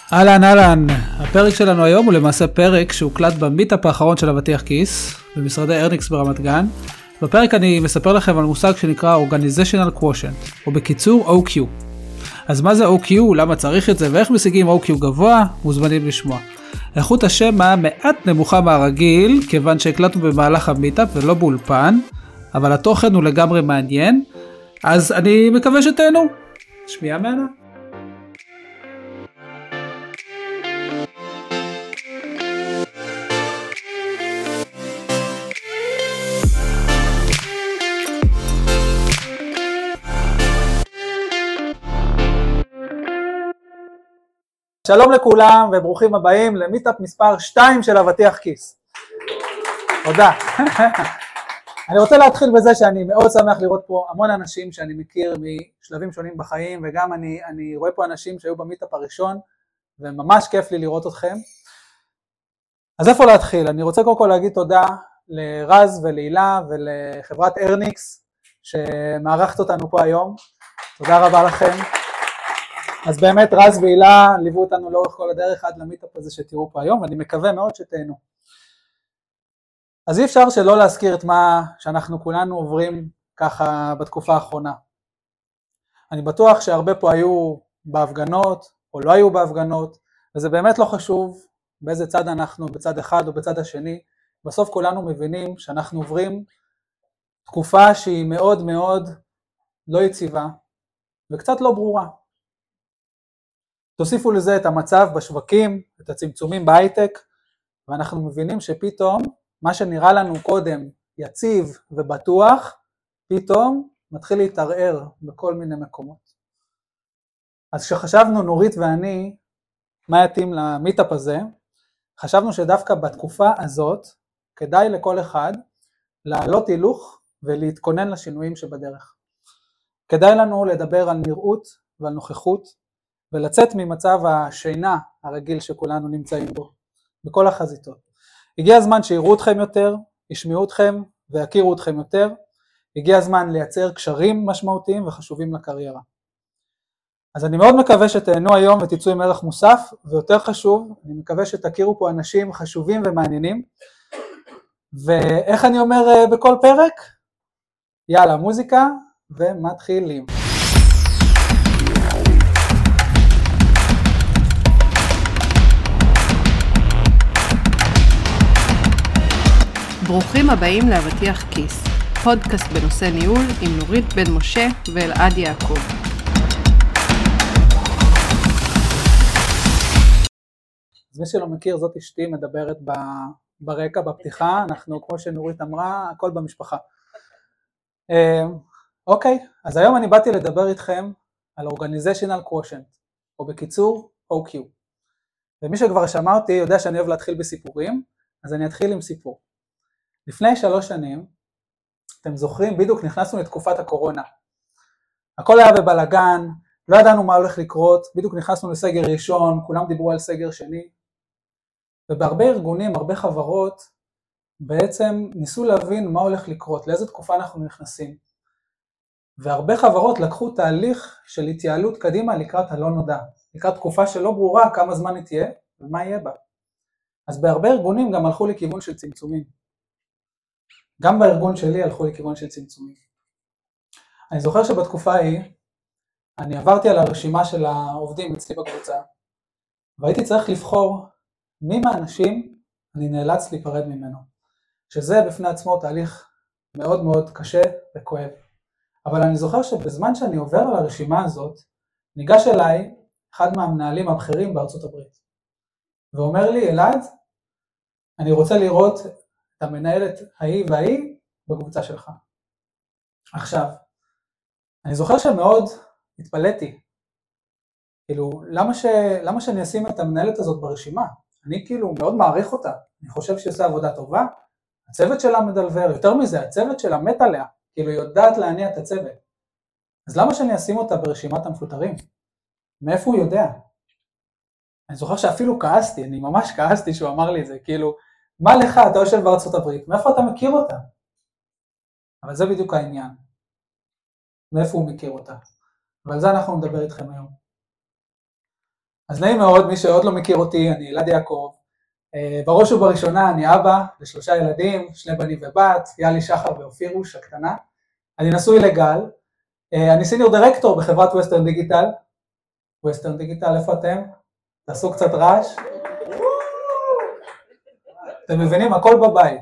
אהלן, אהלן. הפרק שלנו היום הוא למעשה פרק שהוקלט במיטאפ האחרון של אבטיח כיס, במשרדי ארניקס ברמת גן. בפרק אני מספר לכם על מושג שנקרא Organizational Quotient, או בקיצור OQ. אז מה זה OQ, למה צריך את זה, ואיך משיגים OQ גבוה, מוזמנים לשמוע. איכות השמע מעט נמוכה מהרגיל, כיוון שהקלטנו במהלך המיטאפ ולא באולפן, אבל התוכן הוא לגמרי מעניין, אז אני מקווה שתהנו. שמיעה מענה. שלום לכולם וברוכים הבאים למיטאפ מספר 2 של אבטיח כיס. תודה. אני רוצה להתחיל בזה שאני מאוד שמח לראות פה המון אנשים שאני מכיר משלבים שונים בחיים, וגם אני רואה פה אנשים שהיו במיטאפ הראשון, וממש כיף לי לראות אתכם. אז איפה להתחיל? אני רוצה קודם כל להגיד תודה לרז ולהילה ולחברת ארניקס שמארחת אותנו פה היום. תודה רבה לכם. אז באמת רז והילה ליוו אותנו לאורך כל הדרך עד למיטאפ הזה שתראו פה היום, ואני מקווה מאוד שתהנו. אז אי אפשר שלא להזכיר את מה שאנחנו כולנו עוברים ככה בתקופה האחרונה. אני בטוח שהרבה פה היו בהפגנות או לא היו בהפגנות, וזה באמת לא חשוב באיזה צד אנחנו, בצד אחד או בצד השני. בסוף כולנו מבינים שאנחנו עוברים תקופה שהיא מאוד מאוד לא יציבה וקצת לא ברורה. תוסיפו לזה את המצב בשווקים, את הצמצומים בהייטק, ואנחנו מבינים שפתאום מה שנראה לנו קודם יציב ובטוח, פתאום מתחיל להתערער בכל מיני מקומות. אז כשחשבנו נורית ואני מה יתאים למיטאפ הזה, חשבנו שדווקא בתקופה הזאת כדאי לכל אחד לעלות הילוך ולהתכונן לשינויים שבדרך. כדאי לנו לדבר על נראות ועל נוכחות, ולצאת ממצב השינה הרגיל שכולנו נמצאים בו, בכל החזיתות. הגיע הזמן שיראו אתכם יותר, ישמעו אתכם ויכירו אתכם יותר. הגיע הזמן לייצר קשרים משמעותיים וחשובים לקריירה. אז אני מאוד מקווה שתהנו היום ותצאו עם ערך מוסף, ויותר חשוב, אני מקווה שתכירו פה אנשים חשובים ומעניינים. ואיך אני אומר בכל פרק? יאללה, מוזיקה ומתחילים. ברוכים הבאים לאבטיח כיס, פודקאסט בנושא ניהול עם נורית בן משה ואלעד יעקב. אז מי שלא מכיר, זאת אשתי מדברת ברקע, בפתיחה, אנחנו כמו שנורית אמרה, הכל במשפחה. אוקיי, אז היום אני באתי לדבר איתכם על Organizational Quotient, או בקיצור OQ. ומי שכבר שמע אותי יודע שאני אוהב להתחיל בסיפורים, אז אני אתחיל עם סיפור. לפני 3 שנים, אתם זוכרים, בדיוק נכנסנו לתקופת הקורונה. הכל היה בבלגן, לא ידענו מה הולך לקרות, בדיוק נכנסנו לסגר ראשון, כולם דיברו על סגר שני, ובהרבה ארגונים, הרבה חברות, בעצם ניסו להבין מה הולך לקרות, לאיזה תקופה אנחנו נכנסים. והרבה חברות לקחו תהליך של התייעלות קדימה לקראת הלא נודע, לקראת תקופה שלא ברורה כמה זמן היא תהיה ומה יהיה בה. אז בהרבה ארגונים גם הלכו לכיוון של צמצומים. גם בארגון שלי הלכו לכיוון של צמצומים. אני זוכר שבתקופה ההיא, אני עברתי על הרשימה של העובדים אצלי בקבוצה, והייתי צריך לבחור מי מהאנשים אני נאלץ להיפרד ממנו, שזה בפני עצמו תהליך מאוד מאוד קשה וכואב. אבל אני זוכר שבזמן שאני עובר על הרשימה הזאת, ניגש אליי אחד מהמנהלים הבכירים בארצות הברית, ואומר לי, אלעד, אני רוצה לראות את המנהלת ההיא וההיא בקבוצה שלך. עכשיו, אני זוכר שמאוד התפלאתי, כאילו, למה שאני אשים את המנהלת הזאת ברשימה? אני כאילו מאוד מעריך אותה, אני חושב שהיא עושה עבודה טובה, הצוות שלה מדלבר, יותר מזה, הצוות שלה מת עליה, כאילו היא יודעת להניע את הצוות. אז למה שאני אשים אותה ברשימת המפוטרים? מאיפה הוא יודע? אני זוכר שאפילו כעסתי, אני ממש כעסתי שהוא אמר לי את זה, כאילו, מה לך, אתה יושב בארצות הברית, מאיפה אתה מכיר אותה? אבל זה בדיוק העניין. מאיפה הוא מכיר אותה? ועל זה אנחנו נדבר איתכם היום. אז נעים מאוד, מי שעוד לא מכיר אותי, אני אלעד יעקב. בראש ובראשונה אני אבא ל3 ילדים, 2 בנים ובת, יאלי, שחר ואופירוש הקטנה. אני נשוי לגל, אני סיניור דירקטור בחברת ווסטרן דיגיטל. ווסטרן דיגיטל, איפה אתם? תעשו קצת רעש. אתם מבינים? הכל בבית.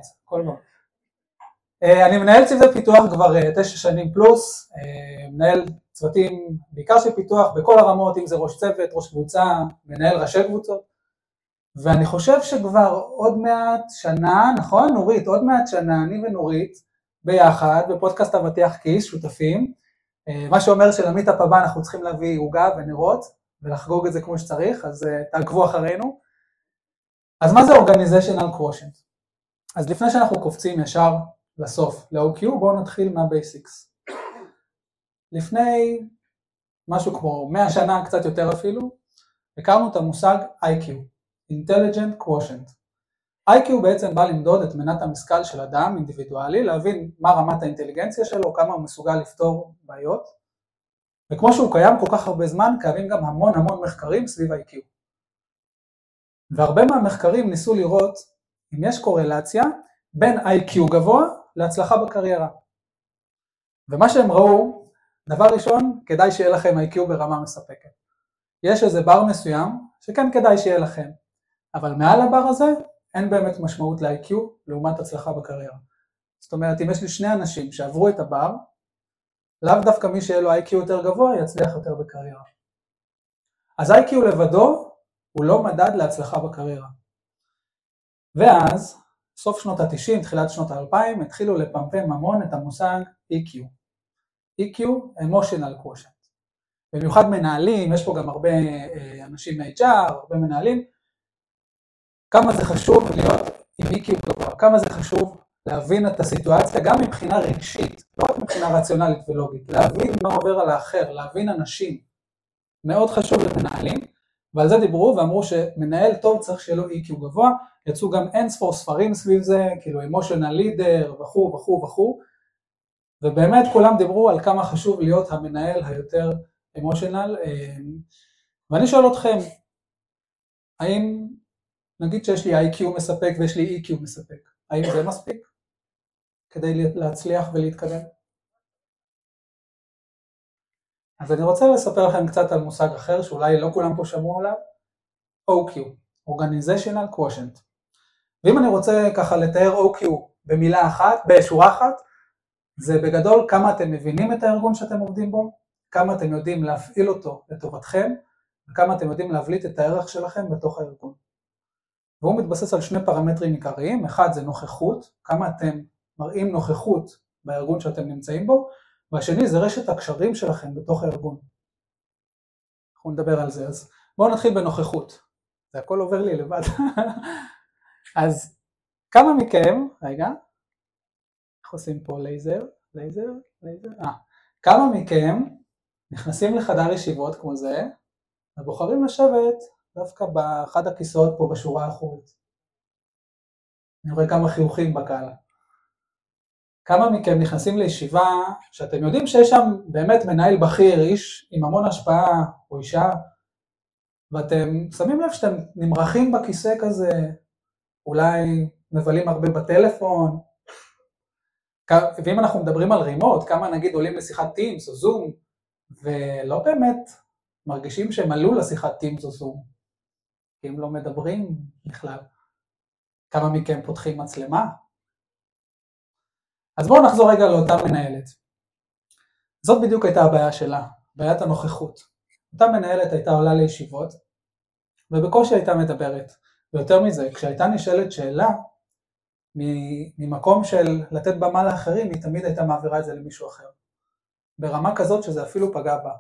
אני מנהל צוות פיתוח כבר 9 שנים פלוס, מנהל צוותים בעיקר של פיתוח בכל הרמות, אם זה ראש צוות, ראש קבוצה, מנהל ראשי קבוצות, ואני חושב שכבר עוד מעט שנה, נכון נורית, עוד מעט שנה, אני ונורית ביחד בפודקאסט אבטיח כיס, שותפים, מה שאומר שלמיטאפ הבא אנחנו צריכים להביא עוגה ונרות, ולחגוג את זה כמו שצריך, אז תעקבו אחרינו. אז מה זה Organizational Quotient? אז לפני שאנחנו קופצים ישר לסוף, ל-OQ, בואו נתחיל מהבייסיקס. לפני משהו כמו 100 שנה, קצת יותר אפילו, הכרנו את המושג IQ, Intelligent Quotient. IQ בעצם בא למדוד את מנת המשכל של אדם אינדיבידואלי, להבין מה רמת האינטליגנציה שלו, כמה הוא מסוגל לפתור בעיות, וכמו שהוא קיים כל כך הרבה זמן, קיימים גם המון מחקרים סביב IQ. והרבה מהמחקרים ניסו לראות אם יש קורלציה בין IQ גבוה להצלחה בקריירה. ומה שהם ראו, דבר ראשון, כדאי שיהיה לכם IQ ברמה מספקת. יש איזה בר מסוים שכן כדאי שיהיה לכם, אבל מעל הבר הזה אין באמת משמעות ל-IQ לעומת הצלחה בקריירה. זאת אומרת, אם יש לי 2 אנשים שעברו את הבר, לאו דווקא מי שיהיה לו IQ יותר גבוה יצליח יותר בקריירה. אז IQ לבדו הוא לא מדד להצלחה בקריירה. ואז, סוף שנות ה-90, תחילת שנות ה-2000, התחילו לפמפם המון את המושג EQ. EQ, Emotional Quotient. במיוחד מנהלים, יש פה גם הרבה אנשים מ-HR, הרבה מנהלים, כמה זה חשוב להיות עם EQ גבוה, כמה זה חשוב להבין את הסיטואציה, גם מבחינה רגשית, לא רק מבחינה רציונלית ולוגית, להבין מה עובר על האחר, להבין אנשים, מאוד חשוב למנהלים, ועל זה דיברו ואמרו שמנהל טוב צריך שיהיה לו EQ גבוה, יצאו גם אין ספור ספרים סביב זה, כאילו Emotional Leader וכו', ובאמת כולם דיברו על כמה חשוב להיות המנהל היותר אמושיונל, ואני שואל אתכם, האם נגיד שיש לי IQ מספק ויש לי EQ מספק, האם זה מספיק כדי להצליח ולהתקדם? אז אני רוצה לספר לכם קצת על מושג אחר שאולי לא כולם פה שמעו עליו, OQ, Organizational Quotient. ואם אני רוצה ככה לתאר OQ במילה אחת, בשורה אחת, זה בגדול כמה אתם מבינים את הארגון שאתם עובדים בו, כמה אתם יודעים להפעיל אותו לטובתכם, וכמה אתם יודעים להבליט את הערך שלכם בתוך הארגון. והוא מתבסס על 2 פרמטרים עיקריים, אחד זה נוכחות, כמה אתם מראים נוכחות בארגון שאתם נמצאים בו, והשני זה רשת הקשרים שלכם בתוך הארגון. אנחנו נדבר על זה, אז בואו נתחיל בנוכחות. זה הכל עובר לי לבד. אז כמה מכם, רגע, איך עושים פה לייזר? כמה מכם נכנסים לחדר ישיבות כמו זה, ובוחרים לשבת דווקא באחד הכיסאות פה בשורה האחורית. אני רואה כמה חיוכים בקהל. כמה מכם נכנסים לישיבה שאתם יודעים שיש שם באמת מנהל בכיר, איש עם המון השפעה או אישה, ואתם שמים לב שאתם נמרחים בכיסא כזה, אולי מבלים הרבה בטלפון, ואם אנחנו מדברים על רימוט, כמה נגיד עולים לשיחת טימס או זום, ולא באמת מרגישים שהם עלו לשיחת טימס או זום, כי הם לא מדברים בכלל. כמה מכם פותחים מצלמה? אז בואו נחזור רגע לאותה מנהלת. זאת בדיוק הייתה הבעיה שלה, בעיית הנוכחות. אותה מנהלת הייתה עולה לישיבות, ובקושי הייתה מדברת. ויותר מזה, כשהייתה נשאלת שאלה, ממקום של לתת במה לאחרים, היא תמיד הייתה מעבירה את זה למישהו אחר. ברמה כזאת שזה אפילו פגע בה.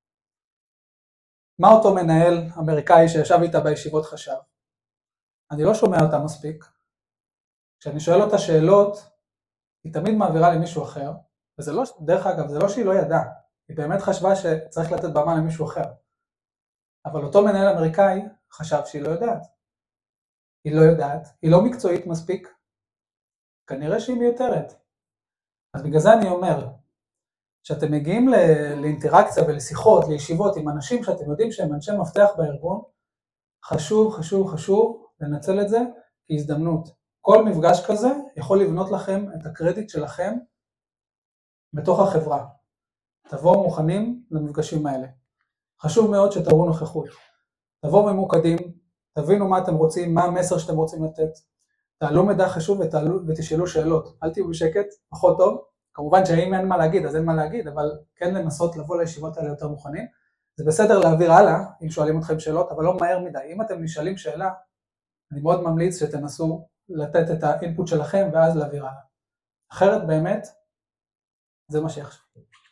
מה אותו מנהל אמריקאי שישב איתה בישיבות חשב? אני לא שומע אותה מספיק. כשאני שואל אותה שאלות, היא תמיד מעבירה למישהו אחר, וזה לא, דרך אגב, זה לא שהיא לא ידעה, היא באמת חשבה שצריך לתת במה למישהו אחר. אבל אותו מנהל אמריקאי חשב שהיא לא יודעת. היא לא יודעת, היא לא מקצועית מספיק, כנראה שהיא מיותרת. אז בגלל זה אני אומר, שאתם מגיעים לאינטראקציה ולשיחות, לישיבות עם אנשים שאתם יודעים שהם אנשי מפתח בארגון, חשוב לנצל את זה כהזדמנות. כל מפגש כזה יכול לבנות לכם את הקרדיט שלכם בתוך החברה. תבואו מוכנים למפגשים האלה. חשוב מאוד שתראו נוכחות. תבואו ממוקדים, תבינו מה אתם רוצים, מה המסר שאתם רוצים לתת. תעלו מידע חשוב ותשאלו שאלות. אל תהיו בשקט, פחות טוב. כמובן שאם אין מה להגיד, אז אין מה להגיד, אבל כן לנסות לבוא לישיבות האלה יותר מוכנים. זה בסדר להעביר הלאה, אם שואלים אתכם שאלות, אבל לא מהר מדי. אם אתם נשאלים שאלה, אני מאוד ממליץ שתנסו לתת את האינפוט שלכם ואז להעביר הלאה. אחרת באמת, זה מה שיחשב.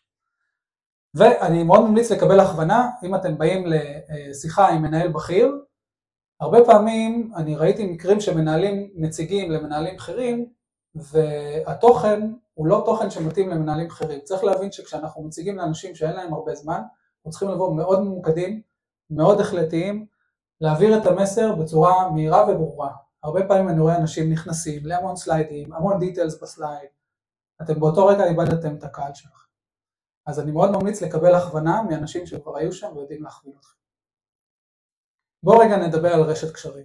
ואני מאוד ממליץ לקבל הכוונה, אם אתם באים לשיחה עם מנהל בכיר, הרבה פעמים אני ראיתי מקרים שמנהלים נציגים למנהלים בכירים, והתוכן הוא לא תוכן שמתאים למנהלים בכירים. צריך להבין שכשאנחנו מציגים לאנשים שאין להם הרבה זמן, אנחנו צריכים לבוא מאוד ממוקדים, מאוד החלטיים, להעביר את המסר בצורה מהירה וברורה. הרבה פעמים אני רואה אנשים נכנסים להמון סליידים, המון דיטלס בסלייד, אתם באותו רגע איבדתם את הקהל שלכם. אז אני מאוד ממליץ לקבל הכוונה מאנשים שכבר היו שם ויודעים להכווין אתכם. בואו רגע נדבר על רשת קשרים.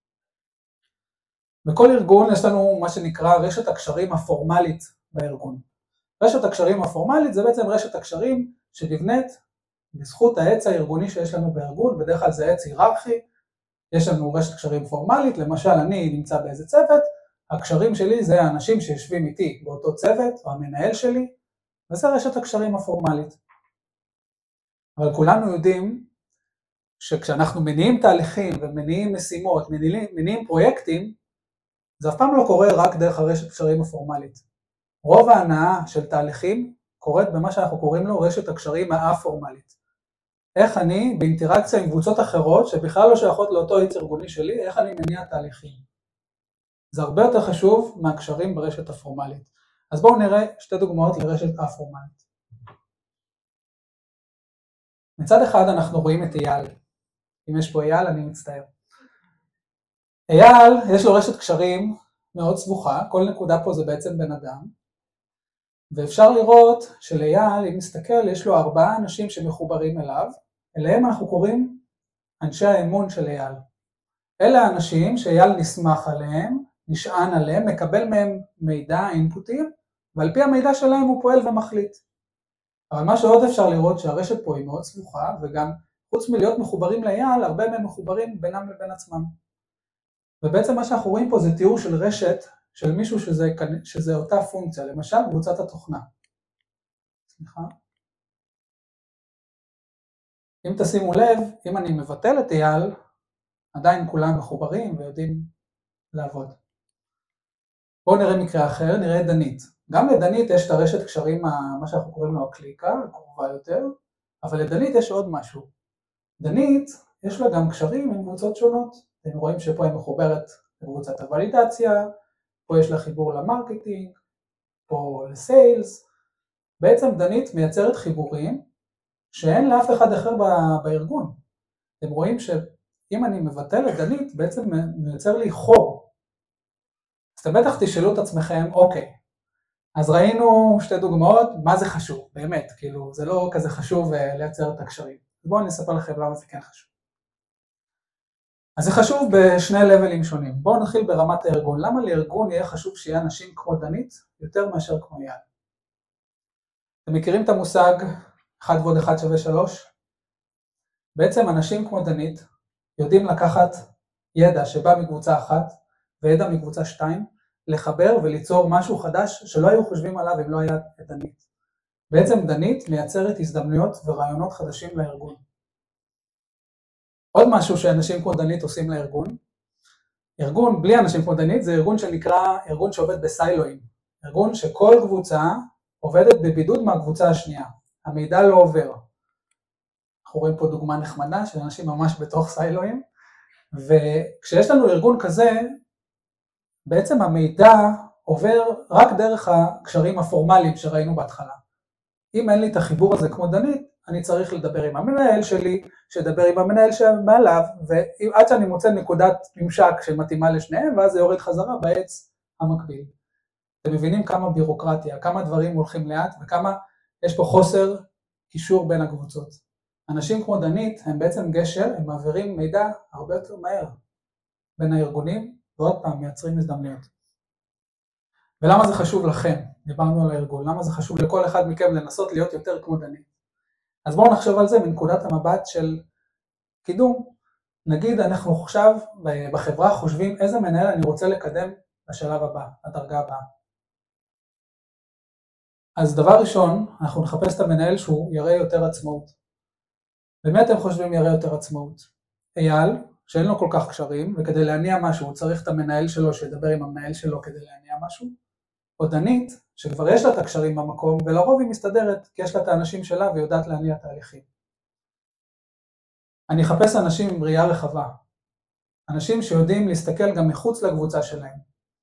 בכל ארגון יש לנו מה שנקרא רשת הקשרים הפורמלית בארגון. רשת הקשרים הפורמלית זה בעצם רשת הקשרים שנבנית בזכות העץ הארגוני שיש לנו בארגון, בדרך כלל זה עץ היררכי, יש לנו רשת קשרים פורמלית, למשל אני נמצא באיזה צוות, הקשרים שלי זה האנשים שיושבים איתי באותו צוות, או המנהל שלי, וזה רשת הקשרים הפורמלית. אבל כולנו יודעים שכשאנחנו מניעים תהליכים ומניעים משימות, מניעים פרויקטים, זה אף פעם לא קורה רק דרך הרשת הקשרים הפורמלית. רוב ההנאה של תהליכים קורית במה שאנחנו קוראים לו רשת הקשרים האפורמלית. איך אני באינטראקציה עם קבוצות אחרות שבכלל לא שייכות לאותו עץ ארגוני שלי, איך אני מניע תהליכים. זה הרבה יותר חשוב מהקשרים ברשת הפורמלית. אז בואו נראה שתי דוגמאות לרשת אפורמלית. מצד אחד אנחנו רואים את אייל. אם יש פה אייל אני מצטער. אייל יש לו רשת קשרים מאוד סבוכה, כל נקודה פה זה בעצם בן אדם, ואפשר לראות שלאייל, אם נסתכל, יש לו 4 אנשים שמחוברים אליו, אליהם אנחנו קוראים אנשי האמון של אייל. אלה האנשים שאייל נסמך עליהם, נשען עליהם, מקבל מהם מידע, אינפוטים, ועל פי המידע שלהם הוא פועל ומחליט. אבל מה שעוד אפשר לראות שהרשת פה היא מאוד סבוכה, וגם חוץ מלהיות מחוברים לאייל, הרבה מהם מחוברים בינם לבין עצמם. ובעצם מה שאנחנו רואים פה זה תיאור של רשת, של מישהו שזה אותה פונקציה, למשל קבוצת התוכנה. סליחה. אם תשימו לב, אם אני מבטל את אייל, עדיין כולם מחוברים ויודעים לעבוד. בואו נראה מקרה אחר, נראה את דנית. גם לדנית יש את הרשת קשרים, מה שאנחנו קוראים לו הקליקה, קרובה יותר, אבל לדנית יש עוד משהו. דנית, יש לה גם קשרים עם קבוצות שונות. אתם רואים שפה היא מחוברת לקבוצת הוולידציה, פה יש לה חיבור למרקטינג, פה לסיילס. בעצם דנית מייצרת חיבורים שאין לאף אחד אחר בארגון. אתם רואים שאם אני מבטל את דנית, בעצם מייצר לי חור. אז אתם בטח תשאלו את עצמכם, אוקיי, אז ראינו שתי דוגמאות, מה זה חשוב? באמת, כאילו, זה לא כזה חשוב לייצר את הקשרים. בואו אני אספר לכם למה זה כן חשוב. אז זה חשוב בשני לבלים שונים. בואו נתחיל ברמת הארגון. למה לארגון יהיה חשוב שיהיה אנשים כמו דנית יותר מאשר כמו אייל? אתם מכירים את המושג 1 ועוד 1 שווה 3? בעצם אנשים כמו דנית יודעים לקחת ידע שבא מקבוצה אחת וידע מקבוצה 2, לחבר וליצור משהו חדש שלא היו חושבים עליו אם לא היה את דנית. בעצם דנית מייצרת הזדמנויות ורעיונות חדשים לארגון. עוד משהו שאנשים כמו דנית עושים לארגון, ארגון בלי אנשים כמו דנית זה ארגון שנקרא ארגון שעובד בסיילואים, ארגון שכל קבוצה עובדת בבידוד מהקבוצה השנייה, המידע לא עובר. אנחנו רואים פה דוגמה נחמדה של אנשים ממש בתוך סיילואים, וכשיש לנו ארגון כזה, בעצם המידע עובר רק דרך הקשרים הפורמליים שראינו בהתחלה. אם אין לי את החיבור הזה כמו דנית, אני צריך לדבר עם המנהל שלי, שדבר עם המנהל שמעליו, ועד שאני מוצא נקודת ממשק שמתאימה לשניהם, ואז זה יורד חזרה בעץ המקביל. אתם מבינים כמה בירוקרטיה, כמה דברים הולכים לאט, וכמה יש פה חוסר קישור בין הקבוצות. אנשים כמו דנית הם בעצם גשר, הם מעבירים מידע הרבה יותר מהר בין הארגונים, ועוד פעם מייצרים הזדמנויות. ולמה זה חשוב לכם? דיברנו על הארגון, למה זה חשוב לכל אחד מכם לנסות להיות יותר כמו דנית? אז בואו נחשוב על זה מנקודת המבט של קידום. נגיד אנחנו עכשיו בחברה חושבים איזה מנהל אני רוצה לקדם לשלב הבא, לדרגה הבאה. אז דבר ראשון, אנחנו נחפש את המנהל שהוא יראה יותר עצמאות. באמת אתם חושבים יראה יותר עצמאות? אייל, שאין לו כל כך קשרים, וכדי להניע משהו הוא צריך את המנהל שלו שידבר עם המנהל שלו כדי להניע משהו, או דנית, שכבר יש לה את הקשרים במקום, ולרוב היא מסתדרת, כי יש לה את האנשים שלה ויודעת להניע תהליכים. אני אחפש אנשים עם ראייה רחבה, אנשים שיודעים להסתכל גם מחוץ לקבוצה שלהם.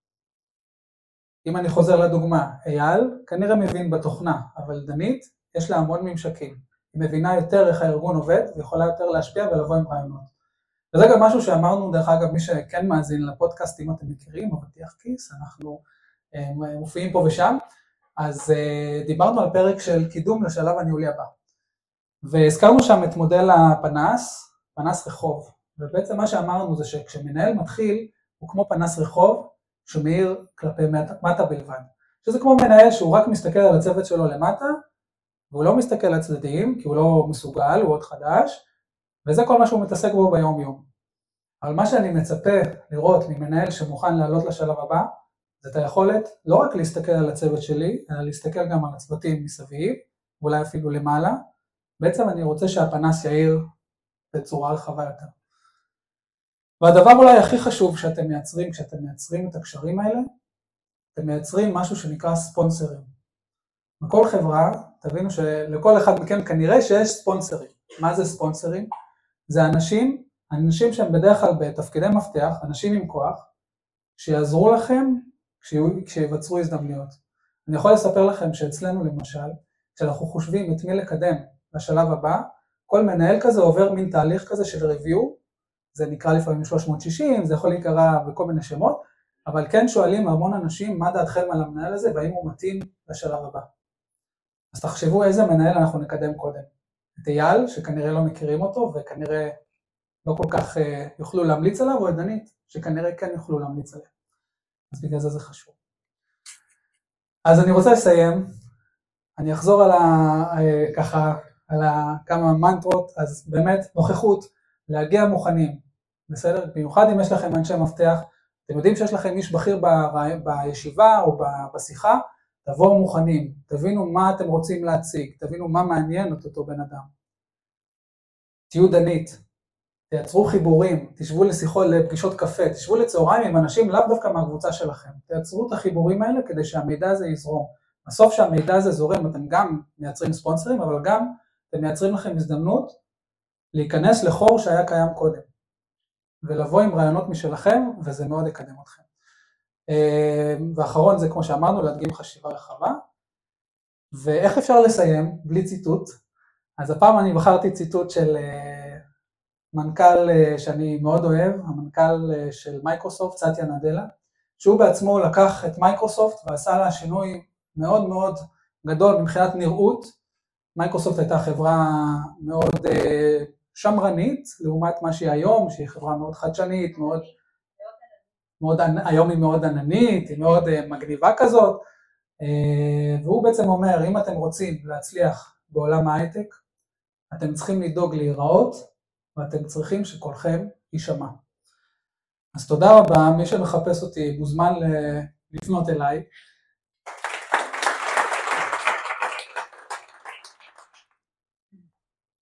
אם אני חוזר לדוגמה, אייל כנראה מבין בתוכנה, אבל דנית יש לה המון ממשקים. היא מבינה יותר איך הארגון עובד, ויכולה יותר להשפיע ולבוא עם רעיונות. וזה גם משהו שאמרנו, דרך אגב, מי שכן מאזין לפודקאסט, אם אתם מכירים, אבטיח כיס, אנחנו מופיעים פה ושם, אז דיברנו על פרק של קידום לשלב הניהולי הבא. והזכרנו שם את מודל הפנס, פנס רחוב, ובעצם מה שאמרנו זה שכשמנהל מתחיל, הוא כמו פנס רחוב, שמאיר כלפי מטה בלבד. שזה כמו מנהל שהוא רק מסתכל על הצוות שלו למטה, והוא לא מסתכל על הצדדים, כי הוא לא מסוגל, הוא עוד חדש, וזה כל מה שהוא מתעסק בו ביום יום. אבל מה שאני מצפה לראות ממנהל שמוכן לעלות לשלב הבא, זה את היכולת לא רק להסתכל על הצוות שלי, אלא להסתכל גם על הצוותים מסביב, ואולי אפילו למעלה. בעצם אני רוצה שהפנס יאיר בצורה רחבה יותר. והדבר אולי הכי חשוב שאתם מייצרים, כשאתם מייצרים את הקשרים האלה, אתם מייצרים משהו שנקרא ספונסרים. בכל חברה, תבינו שלכל אחד מכם כנראה שיש ספונסרים. מה זה ספונסרים? זה אנשים שהם בדרך כלל בתפקידי מפתח, אנשים עם כוח, שיעזרו לכם כשיווצרו הזדמנויות. אני יכול לספר לכם שאצלנו למשל, כשאנחנו חושבים את מי לקדם לשלב הבא, כל מנהל כזה עובר מין תהליך כזה של ריוויו, זה נקרא לפעמים 360, זה יכול להיקרא בכל מיני שמות, אבל כן שואלים המון אנשים מה דעתכם על המנהל הזה, והאם הוא מתאים לשלב הבא. אז תחשבו איזה מנהל אנחנו נקדם קודם. את אייל, שכנראה לא מכירים אותו, וכנראה לא כל כך יוכלו להמליץ עליו, או את דנית, שכנראה כן יוכלו להמליץ עליו. אז בגלל זה חשוב. אז אני רוצה לסיים, אני אחזור על כמה מנטרות, אז באמת נוכחות, להגיע מוכנים, בסדר? במיוחד אם יש לכם אנשי מפתח, אתם יודעים שיש לכם איש בכיר בישיבה או בשיחה, תבואו מוכנים, תבינו מה אתם רוצים להציג, תבינו מה מעניין את אותו בן אדם. תהיו דנית, תייצרו חיבורים, תשבו לפגישות קפה, תשבו לצהריים עם אנשים לאו דווקא מהקבוצה שלכם, תייצרו את החיבורים האלה כדי שהמידע הזה יזרום. בסוף שהמידע הזה זורם, אתם גם מייצרים ספונסרים, אבל גם אתם מייצרים לכם הזדמנות להיכנס לחור שהיה קיים קודם, ולבוא עם רעיונות משלכם, וזה מאוד יקדם אתכם. ואחרון זה כמו שאמרנו, להדגים חשיבה רחבה, ואיך אפשר לסיים בלי ציטוט? אז הפעם אני בחרתי ציטוט של מנכ"ל שאני מאוד אוהב, המנכ"ל של מייקרוסופט, סטיה נדלה, שהוא בעצמו לקח את מייקרוסופט ועשה לה שינוי מאוד מאוד גדול מבחינת נראות. מייקרוסופט הייתה חברה מאוד שמרנית, לעומת מה שהיא היום, שהיא חברה מאוד חדשנית, היום היא מאוד עננית, היא מאוד מגניבה כזאת, והוא בעצם אומר, אם אתם רוצים להצליח בעולם ההייטק, אתם צריכים לדאוג להיראות, ואתם צריכים שקולכם יישמע. אז תודה רבה, מי שמחפש אותי מוזמן לפנות אליי,